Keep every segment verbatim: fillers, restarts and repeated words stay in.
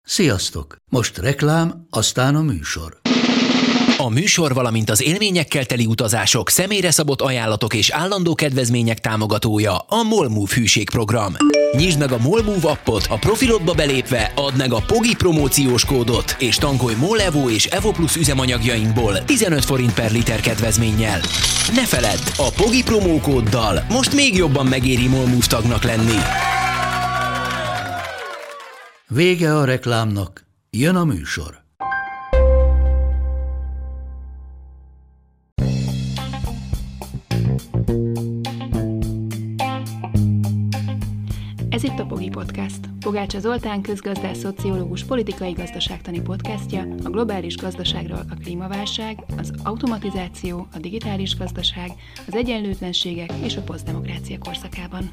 Sziasztok! Most reklám, aztán a műsor. A műsor, valamint az élményekkel teli utazások, személyre szabott ajánlatok és állandó kedvezmények támogatója a MOLMOVE hűségprogram. Nyisd meg a MOLMOVE appot, a profilodba belépve add meg a Pogi promóciós kódot, és tankolj MOL Evo és Evo Plus üzemanyagjainkból tizenöt forint per liter kedvezménnyel. Ne feledd, a Pogi promókóddal most még jobban megéri MOLMOVE tagnak lenni. Vége a reklámnak, jön a műsor. Ez itt a Pogi Podcast. Pogácsa Zoltán közgazdász, szociológus, politikai gazdaságtani podcastja a globális gazdaságról, a klímaválság, az automatizáció, a digitális gazdaság, az egyenlőtlenségek és a posztdemokrácia korszakában.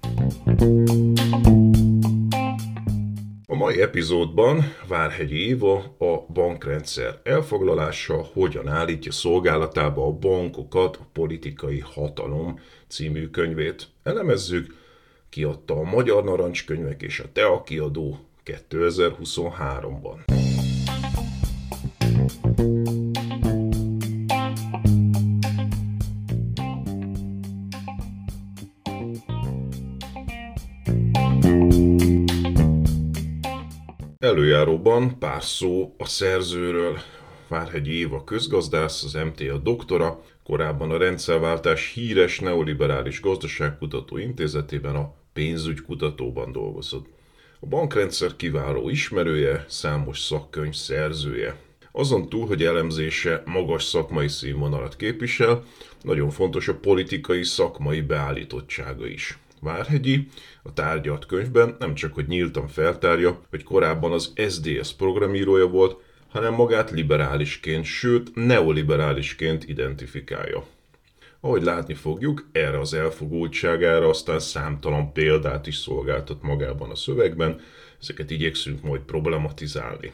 A mai epizódban Várhegyi Éva a bankrendszer elfoglalása hogyan állítja szolgálatába a bankokat a politikai hatalom című könyvét elemezzük. Kiadta a Magyar Narancskönyvek és a TEA kiadó kétezer-huszonháromban. Előjáróban pár szó a szerzőről. Várhegyi Éva közgazdász, az em té á doktora, korábban a rendszerváltás híres neoliberális gazdaságkutató intézetében a pénzügykutatóban dolgozott. A bankrendszer kiváló ismerője, számos szakkönyv szerzője. Azon túl, hogy elemzése magas szakmai színvonalat képvisel, nagyon fontos a politikai szakmai beállítottsága is. Várhegyi a tárgyalt könyvben nem csak hogy nyíltan feltárja, hogy korábban az es dé es programírója volt, hanem magát liberálisként, sőt neoliberálisként identifikálja. Ahogy látni fogjuk, erre az elfogultságára aztán számtalan példát is szolgáltat magában a szövegben, ezeket igyekszünk majd problematizálni.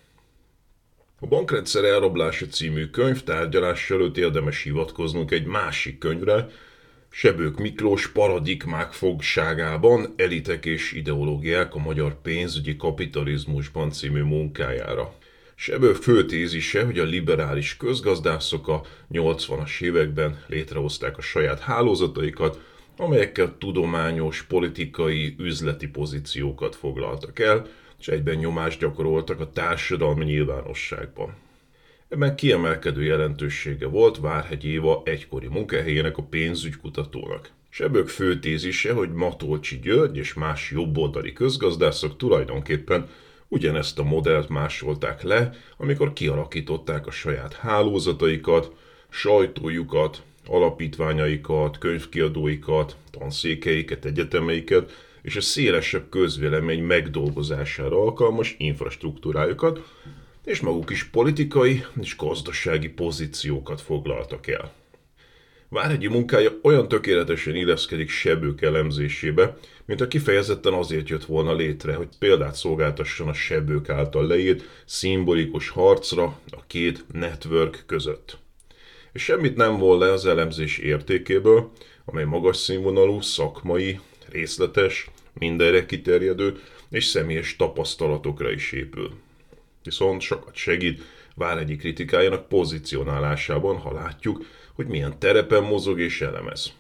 A bankrendszer elrablása című könyv tárgyalása előtt érdemes hivatkoznunk egy másik könyvre, Sebők Miklós Paradigmák fogságában, elitek és ideológiák a magyar pénzügyi kapitalizmusban című munkájára. Sebők fő tézise, hogy a liberális közgazdászok a nyolcvanas években létrehozták a saját hálózataikat, amelyekkel tudományos, politikai, üzleti pozíciókat foglaltak el, és egyben nyomást gyakoroltak a társadalmi nyilvánosságban. Ebben kiemelkedő jelentősége volt Várhegyi Éva egykori munkahelyének a pénzügykutatónak. Sebők fő tézise, hogy Matolcsy György és más jobboldali közgazdászok tulajdonképpen ugyanezt a modellt másolták le, amikor kialakították a saját hálózataikat, sajtójukat, alapítványaikat, könyvkiadóikat, tanszékeiket, egyetemeiket és a szélesebb közvélemény megdolgozására alkalmas infrastruktúrájukat, és maguk is politikai és gazdasági pozíciókat foglaltak el. Várhegyi munkája olyan tökéletesen illeszkedik Sebők elemzésébe, mint a kifejezetten azért jött volna létre, hogy példát szolgáltasson a Sebők által leírt szimbolikus harcra a két network között. És semmit nem von le az elemzés értékéből, amely magas színvonalú, szakmai, részletes, mindenre kiterjedő és személyes tapasztalatokra is épül. Viszont sokat segít Várhegyi kritikájának pozícionálásában, ha látjuk, hogy milyen terepen mozog és elemez.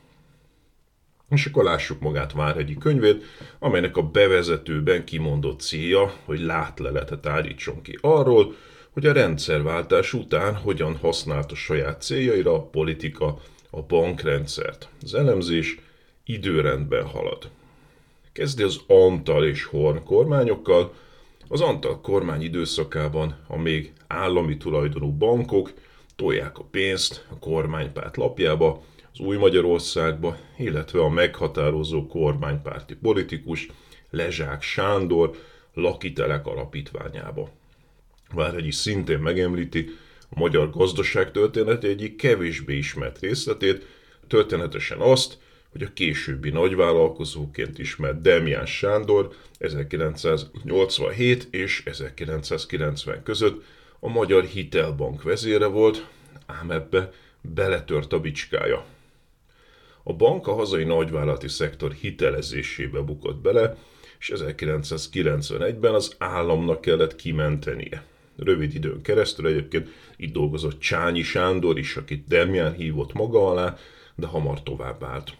És akkor lássuk magát Várhegyi könyvét, amelynek a bevezetőben kimondott célja, hogy látleletet állítson ki arról, hogy a rendszerváltás után hogyan használta saját céljaira a politika a bankrendszert. Az elemzés időrendben halad. Kezdi az Antal és Horn kormányokkal. Az Antal kormány időszakában a még állami tulajdonú bankok tolják a pénzt a kormánypárt lapjába, az Új Magyarországba, illetve a meghatározó kormánypárti politikus Lezsák Sándor lakitelek alapítványába. Várhegyi szintén megemlíti a magyar gazdaságtörténet egyik kevésbé ismert részletét, történetesen azt, hogy a későbbi nagyvállalkozóként ismert Demján Sándor ezerkilencszáznyolcvanhét és ezerkilencszázkilencven között a Magyar Hitelbank vezére volt, ám ebbe beletört a bicskája. A bank a hazai nagyvállalati szektor hitelezésébe bukott bele, és ezerkilencszázkilencvenegyben az államnak kellett kimentenie. Rövid időn keresztül egyébként itt dolgozott Csányi Sándor is, akit Demján hívott maga alá, de hamar tovább állt.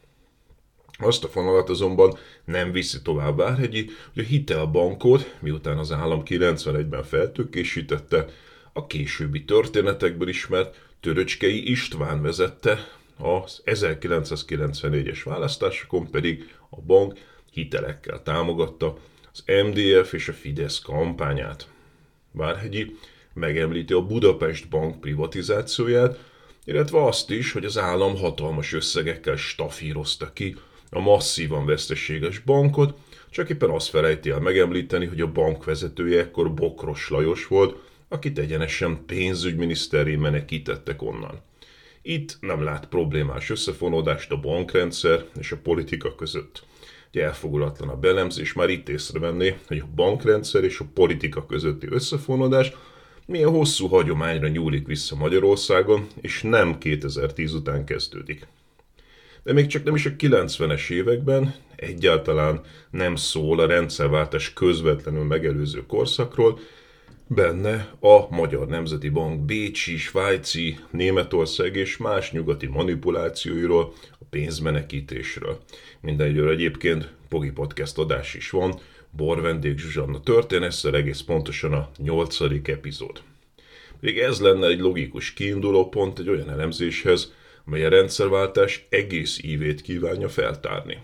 Azt a fonalat azonban nem viszi tovább Várhegyi, hogy a hitelbankot, miután az állam kilencvenegyben feltőkésítette, a későbbi történetekből ismert Töröcskei István vezette, az ezerkilencszázkilencvennégyes választásokon pedig a bank hitelekkel támogatta az em dé ef és a Fidesz kampányát. Várhegyi megemlíti a Budapest Bank privatizációját, illetve azt is, hogy az állam hatalmas összegekkel stafírozta ki a masszívan veszteséges bankot, csak éppen azt felejti el megemlíteni, hogy a bank vezetője ekkor Bokros Lajos volt, akit egyenesen pénzügyminiszterré menekítettek onnan. Itt nem lát problémás összefonódást a bankrendszer és a politika között. Ugye elfogulatlan a belemzés, már itt észrevenné, hogy a bankrendszer és a politika közötti összefonódás milyen hosszú hagyományra nyúlik vissza Magyarországon, és nem kétezer-tíz után kezdődik. De még csak nem is a kilencvenes években egyáltalán nem szól a rendszerváltás közvetlenül megelőző korszakról, benne a Magyar Nemzeti Bank bécsi, svájci, Németország és más nyugati manipulációiról, a pénzmenekítésről. Mindengyől egyébként Pogi Podcast adás is van, Borvendék Zsuzsanna történesszel, egész pontosan a nyolcadik epizód. Még ez lenne egy logikus kiindulópont egy olyan elemzéshez, amely a rendszerváltás egész ívét kívánja feltárni.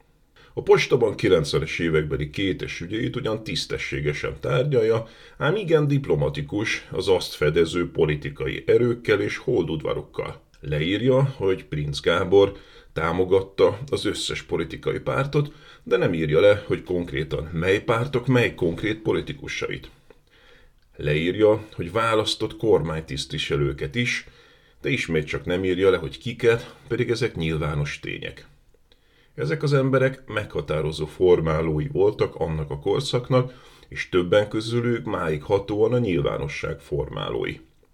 A Postabank kilencvenes évekbeli kétes ügyeit ugyan tisztességesen tárgyalja, ám igen diplomatikus az azt fedező politikai erőkkel és holdudvarokkal. Leírja, hogy Princ Gábor támogatta az összes politikai pártot, de nem írja le, hogy konkrétan mely pártok mely konkrét politikusait. Leírja, hogy választott kormánytisztviselőket is, de ismét csak nem írja le, hogy kiket, pedig ezek nyilvános tények. Ezek az emberek meghatározó formálói voltak annak a korszaknak, és többen közülük máig hatóan a nyilvánosság formálói.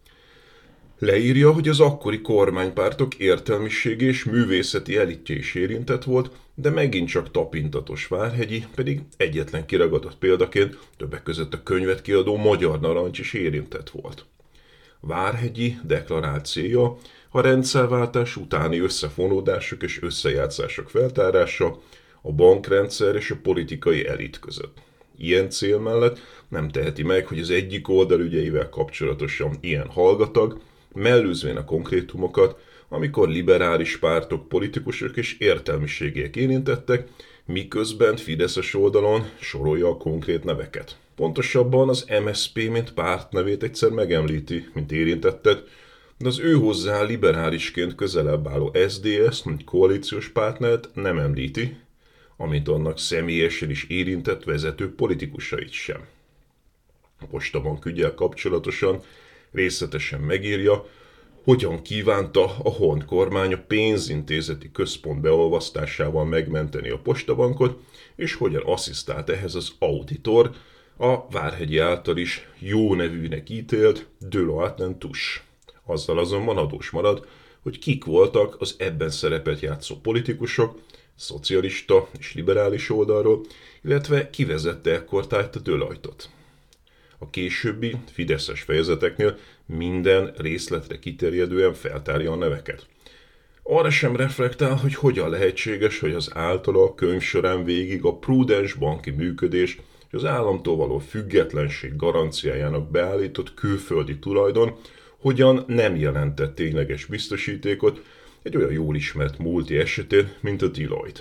Leírja, hogy az akkori kormánypártok értelmiségi és művészeti elitje is érintett volt, de megint csak tapintatos Várhegyi, pedig egyetlen kiragadott példaként többek között a könyvet kiadó Magyar Narancs is érintett volt. Várhegyi deklarált célja a rendszerváltás utáni összefonódások és összejátszások feltárása a bankrendszer és a politikai elit között. Ilyen cél mellett nem teheti meg, hogy az egyik oldal ügyeivel kapcsolatosan ilyen hallgatag, mellőzvén a konkrétumokat, amikor liberális pártok, politikusok és értelmiségiek érintettek, miközben fideszes oldalon sorolja a konkrét neveket. Pontosabban az em es zé pé mint párt nevét egyszer megemlíti, mint érintettet, de az ő hozzá liberálisként közelebb álló es zé dé es, mint koalíciós partnert nem említi, amint annak személyesen is érintett vezetők politikusait sem. A Postabank üggyel kapcsolatosan részletesen megírja, hogyan kívánta a Hont kormány a pénzintézeti központ beolvasztásával megmenteni a Postabankot, és hogyan asszisztált ehhez az auditor, a Várhegyi által is jó nevűnek ítélt Deloitte Touche. Azzal azonban adós marad, hogy kik voltak az ebben szerepet játszó politikusok, szocialista és liberális oldalról, illetve kivezette ekkortájt a Deloitte-ot. A későbbi fideszes fejezeteknél minden részletre kiterjedően feltárja a neveket. Arra sem reflektál, hogy hogyan lehetséges, hogy az általa a könyv során végig a prudens banki működés és az államtól való függetlenség garanciájának beállított külföldi tulajdon hogyan nem jelentett tényleges biztosítékot egy olyan jól ismert multi esetén, mint a Deloitte.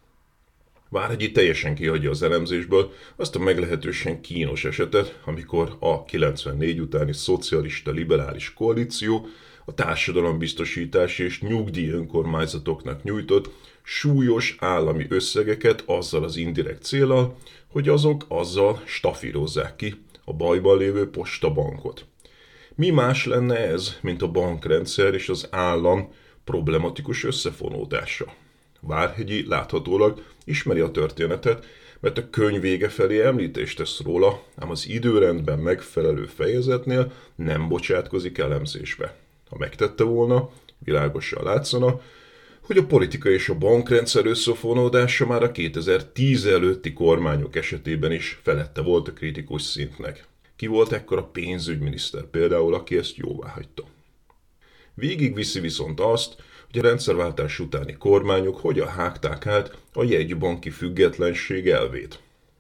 Várhegyi teljesen kihagyja az elemzésből azt a meglehetősen kínos esetet, amikor a kilencvennégy utáni szocialista-liberális koalíció a társadalombiztosítási és nyugdíj önkormányzatoknak nyújtott súlyos állami összegeket azzal az indirekt céllal, hogy azok azzal stafírozzák ki a bajban lévő Postabankot. Mi más lenne ez, mint a bankrendszer és az állam problematikus összefonódása? Várhegyi láthatólag ismeri a történetet, mert a könyv vége felé említést tesz róla, ám az időrendben megfelelő fejezetnél nem bocsátkozik elemzésbe. Ha megtette volna, világosan látszana, hogy a politika és a bankrendszer összefonódása már a kétezer-tíz előtti kormányok esetében is felette volt a kritikus szintnek. Ki volt ekkor a pénzügyminiszter például, aki ezt jóváhagyta. Végigviszi viszont azt, hogy a rendszerváltás utáni kormányok hogyan hágták át a jegybanki függetlenség elvét.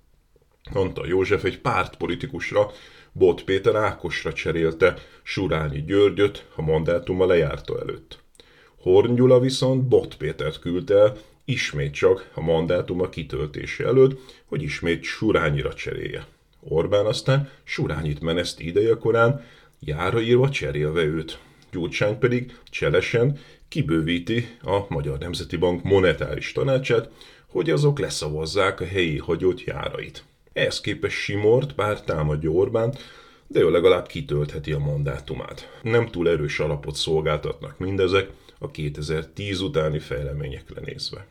Antal József egy pártpolitikusra, Bot Péter Ákosra cserélte Surányi Györgyöt a mandátuma lejárta előtt. Horn Gyula viszont Bot Pétert küldte el ismét csak a mandátuma kitöltése előtt, hogy ismét Surányira cserélje. Orbán aztán Surányit meneszti ideje korán, Jára írva cserélve őt. Gyurcsány pedig cselesen kibővíti a Magyar Nemzeti Bank monetáris tanácsát, hogy azok leszavazzák a helyi hagyott járait. Ehhez képest Simort bár támadja Orbán, de ő legalább kitöltheti a mandátumát. Nem túl erős alapot szolgáltatnak mindezek a kétezer-tíz utáni fejleményekre nézve.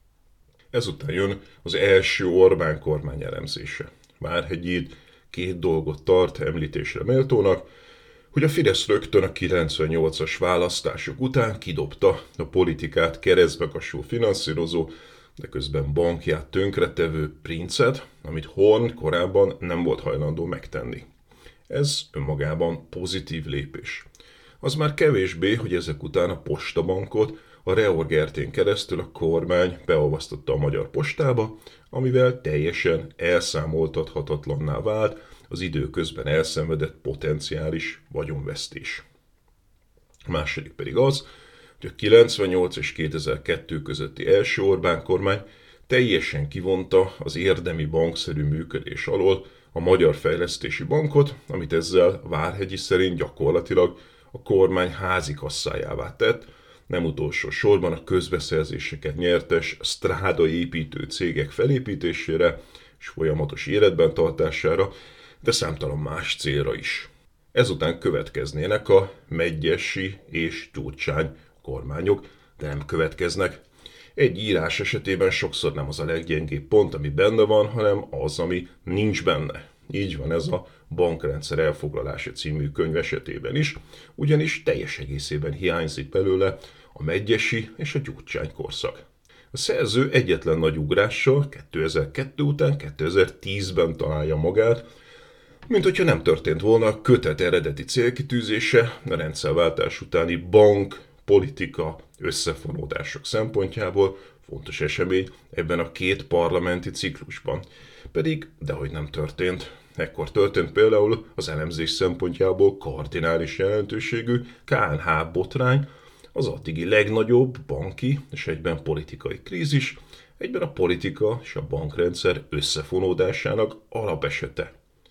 Ezután jön az első Orbán kormány elemzése. Várhegyi két dolgot tart említésre méltónak, hogy a Fidesz rögtön a kilencvennyolcas választások után kidobta a politikát keresztbe kassul finanszírozó, de közben bankját tönkretevő Princet, amit Horn korábban nem volt hajlandó megtenni. Ez önmagában pozitív lépés. Az már kevésbé, hogy ezek után a Postabankot a Reorg-tén keresztül a kormány beolvasztotta a Magyar Postába, amivel teljesen elszámoltathatatlanná vált az időközben elszenvedett potenciális vagyonvesztés. A második pedig az, hogy a kilencvennyolc és kétezer-kettő közötti első Orbán kormány teljesen kivonta az érdemi bankszerű működés alól a Magyar Fejlesztési Bankot, amit ezzel Várhegyi szerint gyakorlatilag a kormány házikasszájává tett, nem utolsó sorban a közbeszerzéseket nyertes Stráda építő cégek felépítésére és folyamatos életben tartására, de számtalan más célra is. Ezután következnének a Medgyessy és Gyurcsány kormányok, de nem következnek. Egy írás esetében sokszor nem az a leggyengébb pont, ami benne van, hanem az, ami nincs benne. Így van ez a Bankrendszer elfoglalása című könyv esetében is, ugyanis teljes egészében hiányzik belőle a Medgyessy és a Gyurcsány korszak. A szerző egyetlen nagy ugrással kétezer-kettő után kétezer-tízben találja magát, mint hogyha nem történt volna a kötet eredeti célkitűzése a rendszerváltás utáni bank, politika, összefonódások szempontjából fontos esemény ebben a két parlamenti ciklusban. Pedig dehogy nem történt. Ekkor történt például az elemzés szempontjából kardinális jelentőségű ká en há botrány, az addigi legnagyobb banki és egyben politikai krízis, egyben a politika és a bankrendszer összefonódásának alapesete.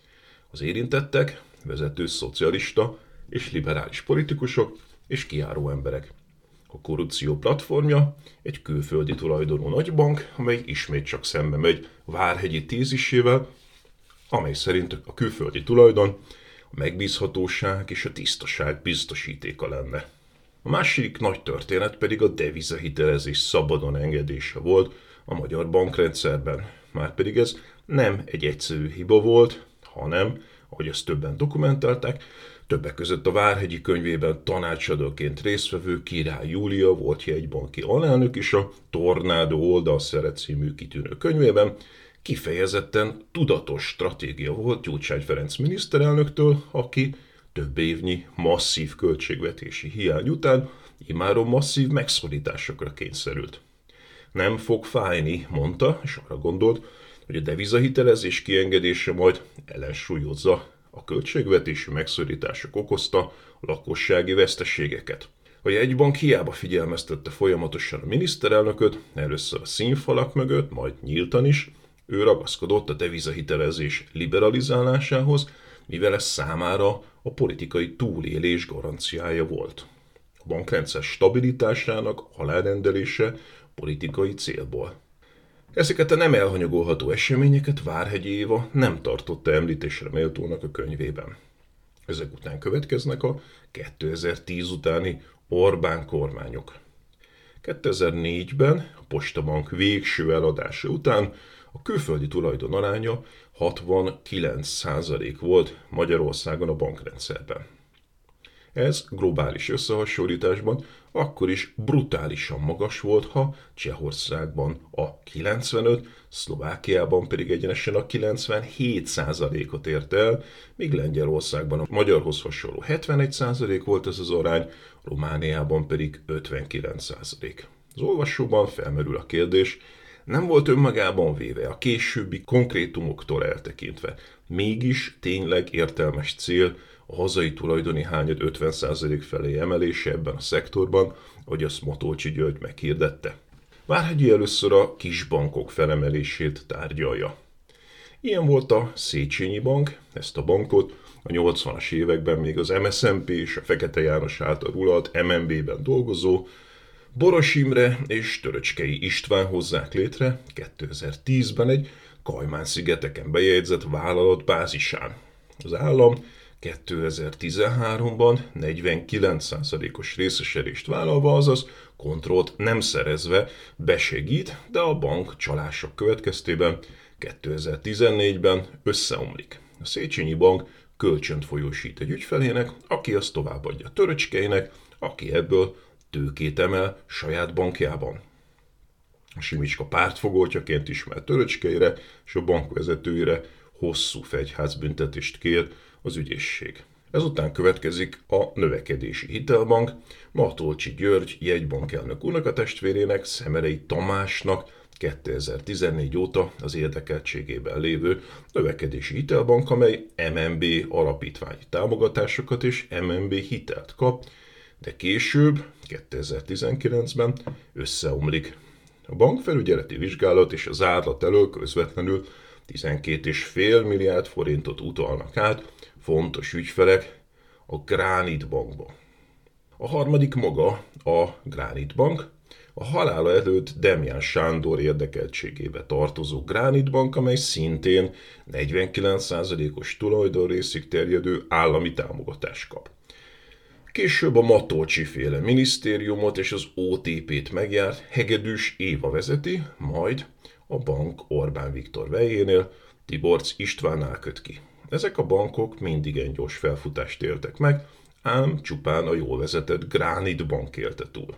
Az érintettek vezető szocialista és liberális politikusok és kijáró emberek. A korrupció platformja egy külföldi tulajdonú nagybank, amely ismét csak szembe megy Várhegyi tézisével, amely szerint a külföldi tulajdon a megbízhatóság és a tisztaság biztosítéka lenne. A másik nagy történet pedig a devizahitelezés szabadon engedése volt a magyar bankrendszerben. Márpedig ez nem egy egyszerű hiba volt, hanem, ahogy ezt többen dokumentálták, többek között a Várhegyi könyvében tanácsadóként résztvevő Király Júlia volt jegybanki alelnök is a Tornádó oldalszere című kitűnő könyvében, kifejezetten tudatos stratégia volt Gyurcsány Ferenc miniszterelnöktől, aki több évnyi masszív költségvetési hiány után immáron masszív megszorításokra kényszerült. Nem fog fájni, mondta, és arra gondolt, hogy a devizahitelezés kiengedése majd ellensúlyozza a költségvetési megszorítások okozta a lakossági veszteségeket. A jegybank hiába figyelmeztette folyamatosan a miniszterelnököt, először a színfalak mögött, majd nyíltan is, ő ragaszkodott a devizahitelezés liberalizálásához, mivel ez számára a politikai túlélés garanciája volt. A bankrendszer stabilitásának alárendelése politikai célból. Ezeket a nem elhanyagolható eseményeket Várhegyi Éva nem tartotta említésre méltónak a könyvében. Ezek után következnek a kétezer-tíz utáni Orbán kormányok. kétezer-négyben a Postabank végső eladása után a külföldi tulajdon aránya hatvankilenc százalék volt Magyarországon a bankrendszerben. Ez globális összehasonlításban akkor is brutálisan magas volt, ha Csehországban a kilencvenöt, Szlovákiában pedig egyenesen a kilencvenhét százalékot ért el, míg Lengyelországban a magyarhoz hasonló hetvenegy százalék volt ez az arány, Romániában pedig ötvenkilenc százalék. Az olvasóban felmerül a kérdés, nem volt önmagában véve a későbbi konkrétumoktól eltekintve, mégis tényleg értelmes cél a hazai tulajdoni hányad ötven százalék felé emelése ebben a szektorban, ahogy azt Matolcsy György meghirdette. Várhegyi először a kisbankok felemelését tárgyalja. Ilyen volt a Széchenyi Bank, ezt a bankot a nyolcvanas években még az em es em pé és a Fekete János által uralt em en bé-ben dolgozó Boros Imre és Töröcskei István hozzák létre kétezer-tízben egy Kajmán-szigeteken bejegyzett vállalat bázisán. Az állam kétezer-tizenháromban negyvenkilenc százalékos részesedést vállalva, azaz kontrollt nem szerezve besegít, de a bank csalások következtében kétezer-tizennégyben összeomlik. A Széchenyi Bank kölcsönt folyósít egy ügyfelének, aki azt továbbadja Töröcskeinek, aki ebből tőkét emel saját bankjában. A Simicska pártfogoltjaként ismert Töröcskeire és a bankvezetőire hosszú fegyházbüntetést kér az ügyészség. Ezután következik a Növekedési Hitelbank, Matolcsy György jegybankelnök unokatestvérének, Szemerei Tamásnak kétezer-tizennégy óta az érdekeltségében lévő Növekedési Hitelbank, amely em en bé alapítványi támogatásokat és em en bé hitelt kap, de később, kétezer-tizenkilencben összeomlik. A bankfelügyeleti vizsgálat és az zárlat elől közvetlenül tizenkét egész öt milliárd forintot utalnak át fontos ügyfelek a Granit Bankba. A harmadik maga a Granit Bank, a halála előtt Demján Sándor érdekeltségébe tartozó Granit Bank, amely szintén negyvenkilenc százalékos tulajdonrészig terjedő állami támogatást kap. Később a Matolcsy-féle minisztériumot és az o té pét megjárt Hegedűs Éva vezeti, majd a bank Orbán Viktor vejénél Tiborcs Istvánnál köt ki. Ezek a bankok mindig egy gyors felfutást éltek meg, ám csupán a jól vezetett Granit Bank élte túl.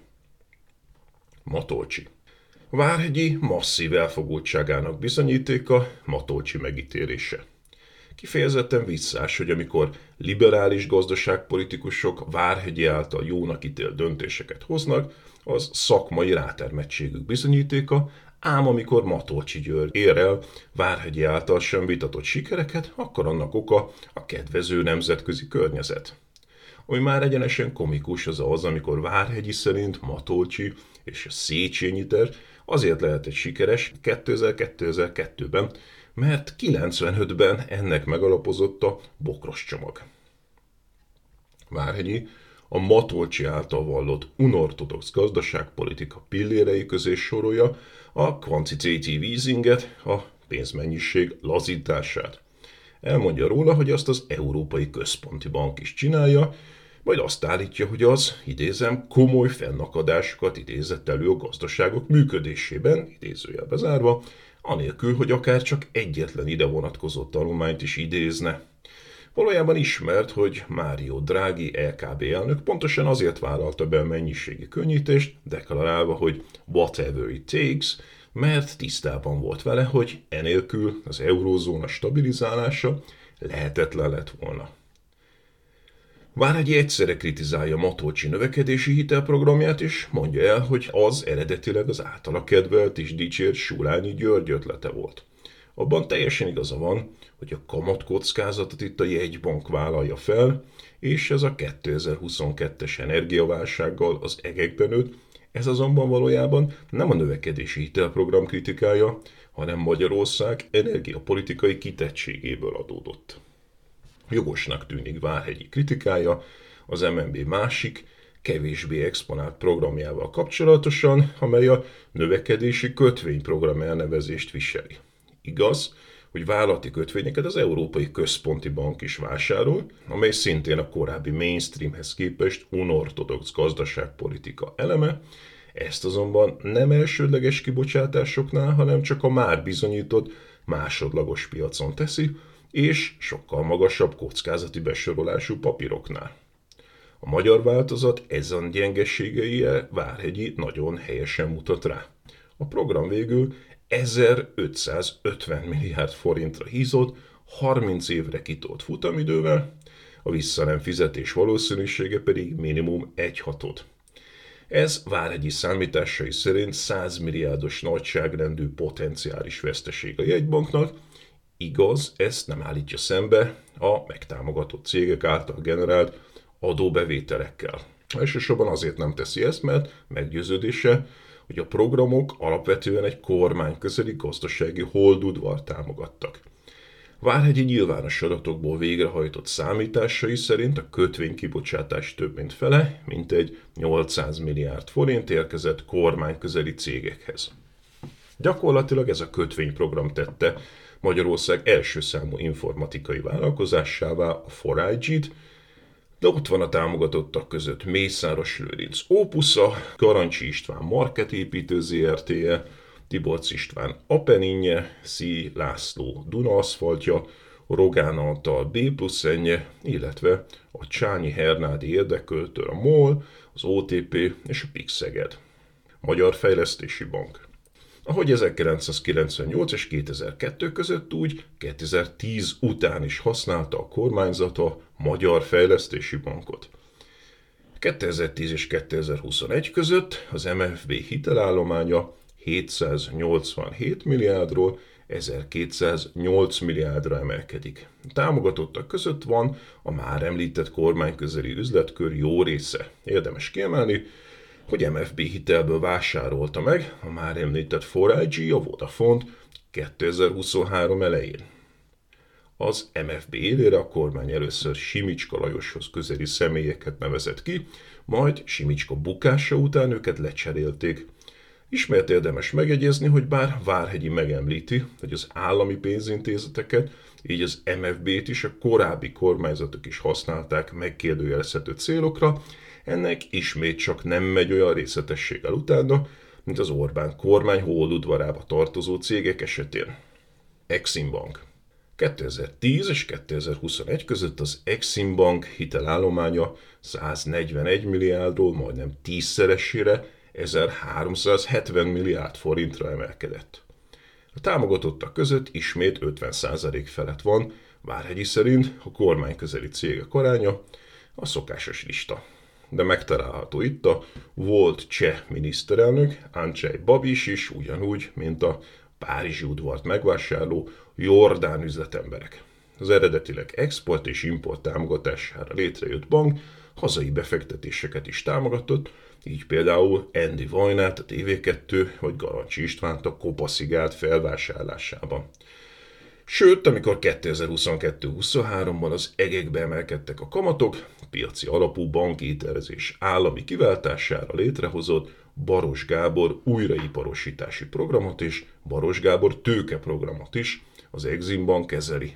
Matolcsy. Várhegyi masszív elfogultságának bizonyítéka Matolcsy megítélése. Kifejezetten visszás, hogy amikor liberális gazdaságpolitikusok Várhegyi által jónak ítélt döntéseket hoznak, az szakmai rátermettségük bizonyítéka, ám amikor Matolcsy György ér el Várhegyi által sem vitatott sikereket, akkor annak oka a kedvező nemzetközi környezet. Ami már egyenesen komikus az az, amikor Várhegyi szerint Matolcsy és a Széchenyi terv azért lehetett sikeres kétezer-kétezer-kettőben, mert kilencvenötben ennek megalapozott a Bokros csomag. Várhegyi a Matolcsy által vallott unorthodox gazdaságpolitika pillérei közé sorolja a quantitative easinget, a pénzmennyiség lazítását. Elmondja róla, hogy azt az Európai Központi Bank is csinálja, majd azt állítja, hogy az, idézem, komoly fennakadásokat idézett elő a gazdaságok működésében, idézőjelbe zárva, anélkül, hogy akár csak egyetlen ide vonatkozó tanulmányt is idézne. Valójában ismert, hogy Mário Draghi é ká bé elnök pontosan azért vállalta be a mennyiségi könnyítést, deklarálva, hogy whatever it takes, mert tisztában volt vele, hogy enélkül az eurózóna stabilizálása lehetetlen lett volna. Várhegyi egyszerre kritizálja Matolcsy növekedési hitelprogramját is, mondja el, hogy az eredetileg az általa kedvelt és dicsért Surányi György ötlete volt. Abban teljesen igaza van, hogy a kamatkockázatot itt a jegybank vállalja fel, és ez a kétezer-huszonkettes energiaválsággal az egekbe nőtt, ez azonban valójában nem a növekedési hitelprogram kritikája, hanem Magyarország energiapolitikai kitettségéből adódott. Jogosnak tűnik Várhegyi kritikája az em en bé másik, kevésbé exponált programjával kapcsolatosan, amely a növekedési kötvényprogram elnevezést viseli. Igaz, hogy vállalati kötvényeket az Európai Központi Bank is vásárol, amely szintén a korábbi mainstreamhez képest unorthodox gazdaságpolitika eleme, ezt azonban nem elsődleges kibocsátásoknál, hanem csak a már bizonyított másodlagos piacon teszi, és sokkal magasabb kockázati besorolású papíroknál. A magyar változat ezen gyengeségeire Várhegyi nagyon helyesen mutat rá. A program végül ezerötszázötven milliárd forintra hízott, harminc évre kitolt futamidővel, a vissza nem fizetés valószínűsége pedig minimum egy hatod. Ez Várhegyi számításai szerint száz milliárdos nagyságrendű potenciális veszteség a jegybanknak, igaz, ezt nem állítja szembe a megtámogatott cégek által generált adóbevételekkel. Elsősorban azért nem teszi ezt, mert meggyőződése, hogy a programok alapvetően egy kormányközeli gazdasági holdudvar támogattak. Várhegyi nyilvános adatokból végrehajtott számításai szerint a kötvénykibocsátás több mint fele, mintegy nyolcszáz milliárd forint érkezett kormányközeli cégekhez. Gyakorlatilag ez a kötvényprogram tette Magyarország első számú informatikai vállalkozásává, a four I G-t, de ott van a támogatottak között Mészáros Lőrinc Opusza, Garancsi István Marketépítő Zrt-je, Tiborcs István Apeninje, Szí László Duna aszfaltja, Rogán Antal B plusz N-je, illetve a Csányi Hernádi Érdekköltőr a MOL, az o té pé és a Pix-Szeged. Magyar Fejlesztési Bank. Ahogy ezerkilencszázkilencvennyolc és kétezer-kettő között, úgy kétezer-tíz után is használta a kormányzat a Magyar Fejlesztési Bankot. kétezer-tíz és kétezer-huszonegy között az em ef bé hitelállománya hétszáznyolcvanhét milliárdról ezerkétszáznyolc milliárdra emelkedik. A támogatottak között van a már említett kormányközeli üzletkör jó része. Érdemes kiemelni, hogy em ef bé hitelből vásárolta meg a már említett four I G a Vodafont kétezer-huszonhárom elején. Az em ef bé élére a kormány először Simicska Lajoshoz közeli személyeket nevezett ki, majd Simicska bukása után őket lecserélték. Ismét érdemes megjegyezni, hogy bár Várhegyi megemlíti, hogy az állami pénzintézeteket, így az em ef bé-t is a korábbi kormányzatok is használták megkérdőjelezhető célokra, ennek ismét csak nem megy olyan részletességgel utána, mint az Orbán kormány holdudvarába tartozó cégek esetén. Exim Bank. kétezer-tíz és kétezer-huszonegy között az Exim Bank hitelállománya száznegyvenegy milliárdról majdnem tízszeresére, ezerháromszázhetven milliárd forintra emelkedett. A támogatottak között ismét ötven százalék felett van, Várhegyi szerint a kormányközeli cégek aránya, a szokásos lista. De megtalálható itt a volt cseh miniszterelnök, Andrzej Babis is, ugyanúgy, mint a párizsi udvart megvásárló jordán üzletemberek. Az eredetileg export és import támogatására létrejött bank hazai befektetéseket is támogatott, így például Andy Vajnát a té vé kettő vagy Garancsi Istvánt a Kopaszigált felvásárlásában. Sőt, amikor kétezer-huszonkettő-huszonháromban az egekbe emelkedtek a kamatok, piaci alapú banki hitelezés állami kiváltására létrehozott Baros Gábor újraiparosítási programot és Baros Gábor tőkeprogramot is az Exim Bank kezeli.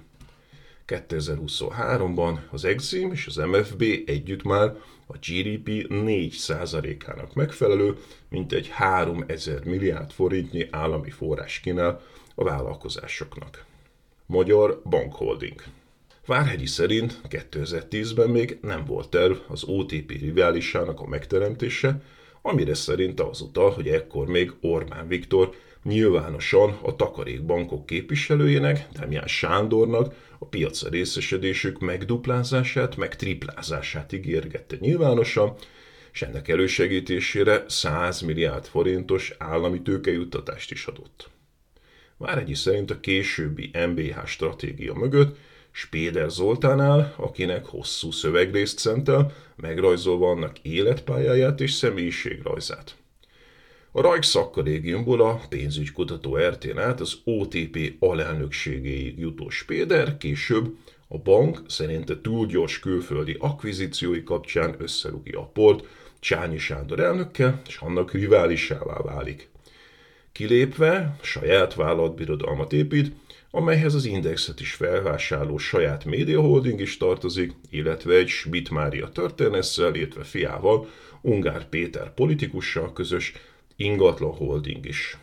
kétezer-huszonháromban az Exim és az em ef bé együtt már a gé dé pé négy százalékának megfelelő, mintegy háromezer milliárd forintnyi állami forrás kínál a vállalkozásoknak. Magyar Bankholding. Várhegyi szerint kétezer-tízben még nem volt terv az o té pé riválisának a megteremtése, amire szerinte az utal, hogy ekkor még Orbán Viktor nyilvánosan a takarékbankok képviselőjének, Demján Sándornak a piacra részesedésük megduplázását, meg triplázását ígérgette nyilvánosan, és ennek elősegítésére száz milliárd forintos állami tőkejuttatást is adott. Várhegyi szerint a későbbi em bé há stratégia mögött Spéder Zoltán áll, akinek hosszú szövegrészt szentel, megrajzolva annak életpályáját és személyiségrajzát. A Rajk Szakkollégiumból a pénzügykutató er tén át az o té pé alelnökségéig jutó Spéder később a bank szerinte túl gyors külföldi akvizíciói kapcsán összerúgja a port Csányi Sándor elnökkel, és annak riválisává válik. Kilépve saját vállalatbirodalmat épít, amelyhez az Indexet is felvásárló saját médiaholding is tartozik, illetve egy Schmidt Mária történesszel, illetve fiával, Ungár Péter politikussal közös ingatlan holding is.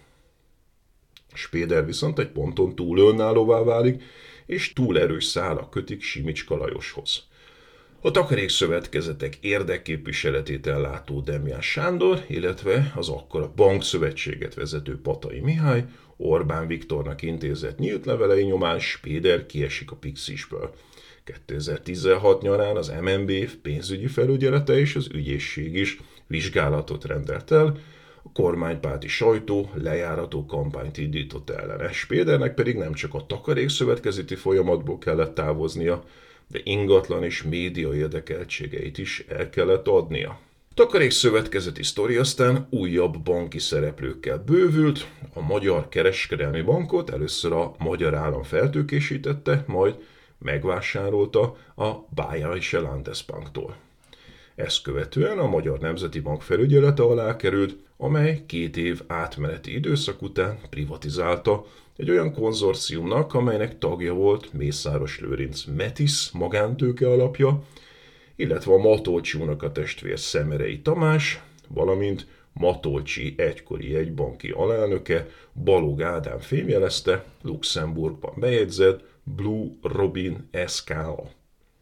Spéder viszont egy ponton túl önállóvá válik, és túl erős szálak kötik Simicska Lajoshoz. A takarékszövetkezetek érdekképviseletét ellátó Demján Sándor, illetve az akkor a bankszövetséget vezető Patai Mihály Orbán Viktornak intézett nyílt levelei nyomán Spéder kiesik a Pixisből. kétezer-tizenhat nyarán az em en bé pénzügyi felügyelete és az ügyészség is vizsgálatot rendelt el, a kormánypárti sajtó lejárató kampányt indított ellene. Spédernek pedig nem csak a takarékszövetkezeti folyamatból kellett távoznia, de ingatlan és média érdekeltségeit is el kellett adnia. A takarékszövetkezeti sztori aztán újabb banki szereplőkkel bővült, a Magyar Kereskedelmi Bankot először a magyar állam feltőkésítette, majd megvásárolta a Bayerische Landesbanktól. Ezt követően a Magyar Nemzeti Bank felügyelete alá került, amely két év átmeneti időszak után privatizálta egy olyan konzorciumnak, amelynek tagja volt Mészáros Lőrinc Metisz magántőke alapja, illetve a Matolcsy unokatestvér Szemerei Tamás, valamint Matolcsy egykori jegybanki alelnöke Balog Ádám fémjelezte Luxemburgban bejegyzett Blue Robin es ká á.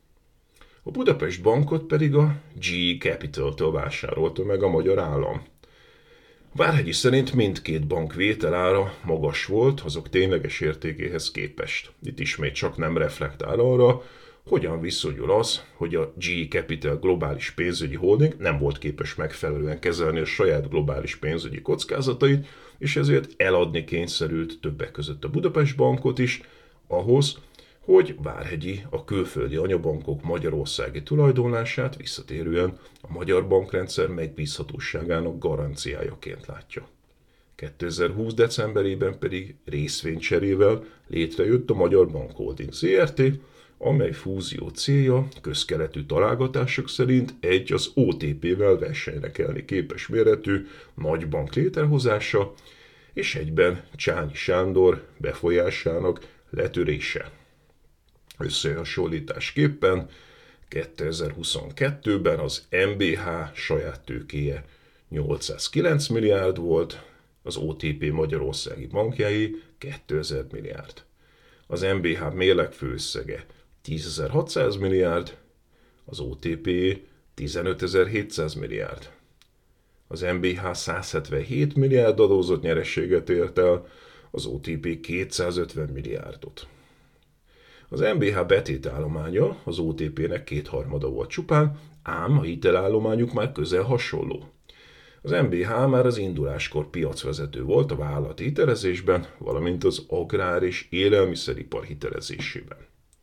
A Budapest Bankot pedig a gé é Capital-től vásárolta meg a magyar állam. Várhegyi szerint mindkét bank vételára magas volt azok tényleges értékéhez képest. Itt ismét csak nem reflektál arra, hogyan viszonyul az, hogy a gé é Capital globális pénzügyi holding nem volt képes megfelelően kezelni a saját globális pénzügyi kockázatait, és ezért eladni kényszerült többek között a Budapest Bankot is, ahhoz, hogy Várhegyi a külföldi anyabankok magyarországi tulajdonlását visszatérően a magyar bankrendszer megbízhatóságának garanciájaként látja. kétezer-húsz decemberében pedig részvénycserével létrejött a Magyar Bank Holding zé er té, amely fúzió célja közkeletű találgatások szerint egy az o té pé-vel versenyre kelni képes méretű nagybank létrehozása, és egyben Csányi Sándor befolyásának letörése. Összehasonlításképpen kétezer-huszonkettőben az em bé há saját tőkéje nyolcszázkilenc milliárd volt, az o té pé magyarországi bankjai kétezer milliárd. Az em bé há mérleg főösszege tízezer-hatszáz milliárd, az o té pé tizenötezer-hétszáz milliárd. Az em bé há száz hetvenhét milliárd adózott nyereséget ért el, az o té pé kétszázötven milliárdot. Az em bé há betétállománya az o té pének kétharmada volt csupán, ám a hitelállományuk már közel hasonló. Az em bé há már az induláskor piacvezető volt a vállalati hitelezésben, valamint az agrár- és élelmiszeripar hitelezésében.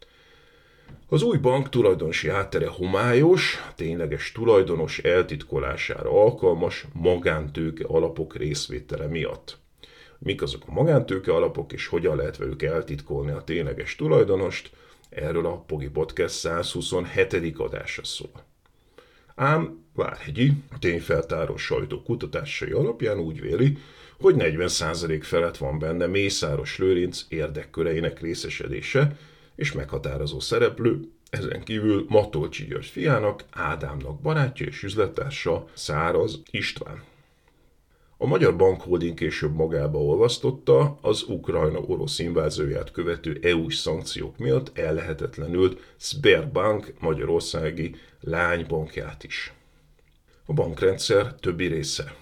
Az új bank tulajdonosi háttere homályos, tényleges tulajdonos eltitkolására alkalmas magántőke alapok részvétele miatt. Mik azok a magántőke alapok, és hogyan lehet velük eltitkolni a tényleges tulajdonost, erről a Pogi Podcast százhuszonhetedik adása szól. Ám Várhegyi a tényfeltáró sajtó kutatásai alapján úgy véli, hogy negyven százalék felett van benne Mészáros Lőrinc érdekköreinek részesedése, és meghatározó szereplő, ezen kívül Matolcsy György fiának, Ádámnak barátja és üzlettársa Száraz István. A Magyar Bank Holding később magába olvasztotta az Ukrajna-orosz invázióját követő é u-s szankciók miatt ellehetetlenült Sberbank magyarországi lánybankját is. A bankrendszer többi része.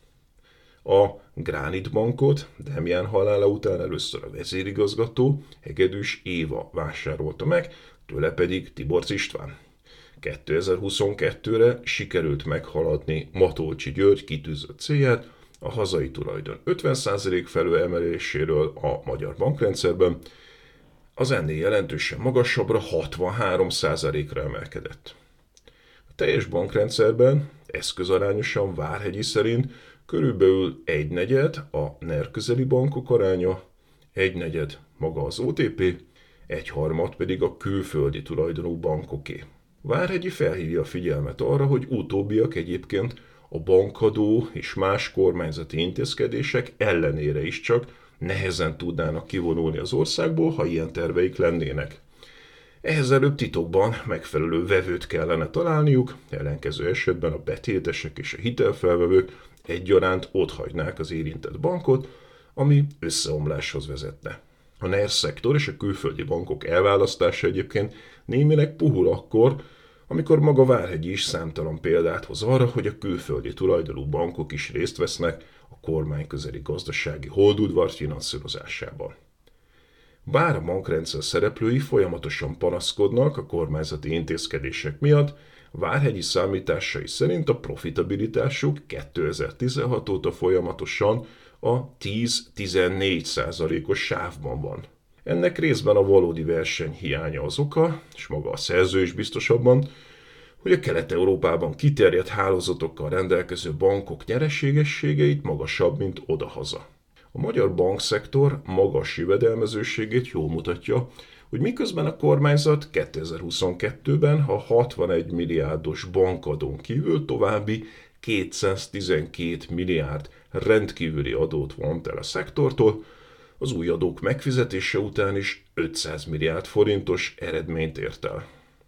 A Granit Bankot Demján halála után először a vezérigazgató Hegedűs Éva vásárolta meg, tőle pedig Tiborcs István. kétezer-huszonkettőre sikerült meghaladni Matolcsy György kitűzött célját, a hazai tulajdon ötven százalék felől emeléséről a magyar bankrendszerben, az ennél jelentősen magasabbra hatvanhárom százalékra emelkedett. A teljes bankrendszerben eszközarányosan Várhegyi szerint körülbelül egynegyed a NER közeli bankok aránya, egynegyed maga az o té pé, egyharmad pedig a külföldi tulajdonú bankoké. Várhegyi felhívja a figyelmet arra, hogy utóbbiak egyébként a bankadó és más kormányzati intézkedések ellenére is csak nehezen tudnának kivonulni az országból, ha ilyen terveik lennének. Ehhez előbb titokban megfelelő vevőt kellene találniuk, ellenkező esetben a betétesek és a hitelfelvevők egyaránt otthagynák az érintett bankot, ami összeomláshoz vezetne. A NER szektor és a külföldi bankok elválasztása egyébként némileg puhul akkor, amikor maga Várhegyi is számtalan példát hoz arra, hogy a külföldi tulajdonú bankok is részt vesznek a kormányközeli gazdasági holdudvar finanszírozásában. Bár a bankrendszer szereplői folyamatosan panaszkodnak a kormányzati intézkedések miatt, Várhegyi számításai szerint a profitabilitásuk kétezer-tizenhat óta folyamatosan a tíz-tizennégy százalékos sávban van. Ennek részben a valódi verseny hiánya az oka, és maga a szerző is biztos abban, hogy a Kelet-Európában kiterjedt hálózatokkal rendelkező bankok nyereségességeit magasabb, mint odahaza. A magyar bankszektor magas jövedelmezőségét jól mutatja, hogy miközben a kormányzat kétezer-huszonkettőben a hatvanegy milliárdos bankadón kívül további kétszáztizenkét milliárd rendkívüli adót vont el a szektortól, az új adók megfizetése után is ötszáz milliárd forintos eredményt ért el.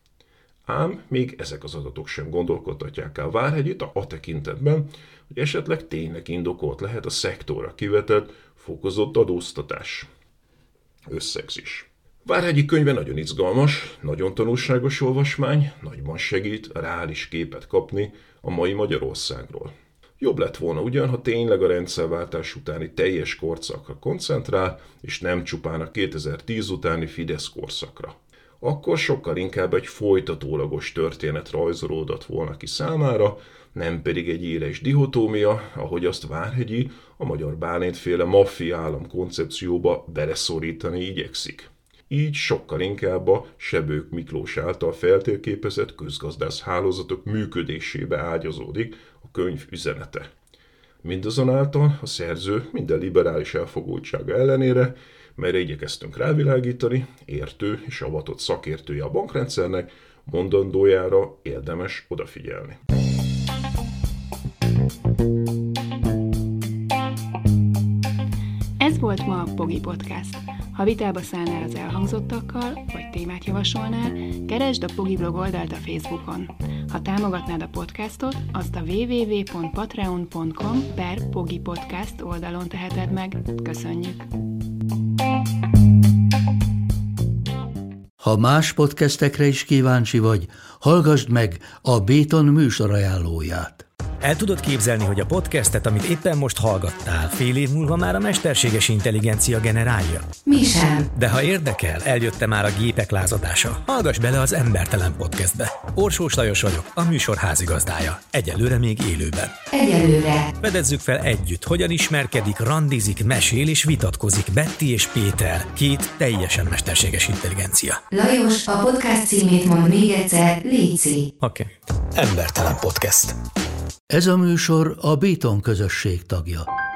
Ám még ezek az adatok sem gondolkodtatják el Várhegyit a tekintetben, hogy esetleg tényleg indokolt lehet a szektorra kivetett fokozott adóztatás. Összegzés. Várhegyi könyve nagyon izgalmas, nagyon tanulságos olvasmány, nagyban segít reális képet kapni a mai Magyarországról. Jobb lett volna ugyan, ha tényleg a rendszerváltás utáni teljes korszakra koncentrál, és nem csupán a kétezer-tíz utáni Fidesz korszakra. Akkor sokkal inkább egy folytatólagos történet rajzolódott volna ki számára, nem pedig egy éles dihotómia, ahogy azt Várhegyi a Magyar Bálint-féle maffia állam koncepcióba beleszorítani igyekszik. Így sokkal inkább a Sebők Miklós által feltérképezett közgazdász hálózatok működésébe ágyazódik a könyv üzenete. Mindazonáltal a szerző minden liberális elfogultsága ellenére, melyre igyekeztünk rávilágítani, értő és avatott szakértője a bankrendszernek, mondandójára érdemes odafigyelni. Ez volt ma a Pogi Podcast. Ha vitába szállnál az elhangzottakkal, vagy témát javasolnál, keresd a Pogi blog oldalt a Facebookon. Ha támogatnád a podcastot, azt a double-u double-u double-u pont patreon pont com per Pogi Podcast oldalon teheted meg. Köszönjük! Ha más podcastekre is kíváncsi vagy, hallgassd meg a Béton műsor ajánlóját. El tudod képzelni, hogy a podcastet, amit éppen most hallgattál, fél év múlva már a mesterséges intelligencia generálja? Mi sem. De ha érdekel, eljött már a gépek lázadása. Hallgass bele az Embertelen Podcastbe. Orsós Lajos vagyok, a műsor házigazdája. Egyelőre még élőben. Egyelőre. Fedezzük fel együtt, hogyan ismerkedik, randizik, mesél és vitatkozik Betty és Péter, két teljesen mesterséges intelligencia. Lajos, a podcast címét mond még egyszer, léci. Oké. Okay. Embertelen Podcast. Ez a műsor a Béton közösség tagja.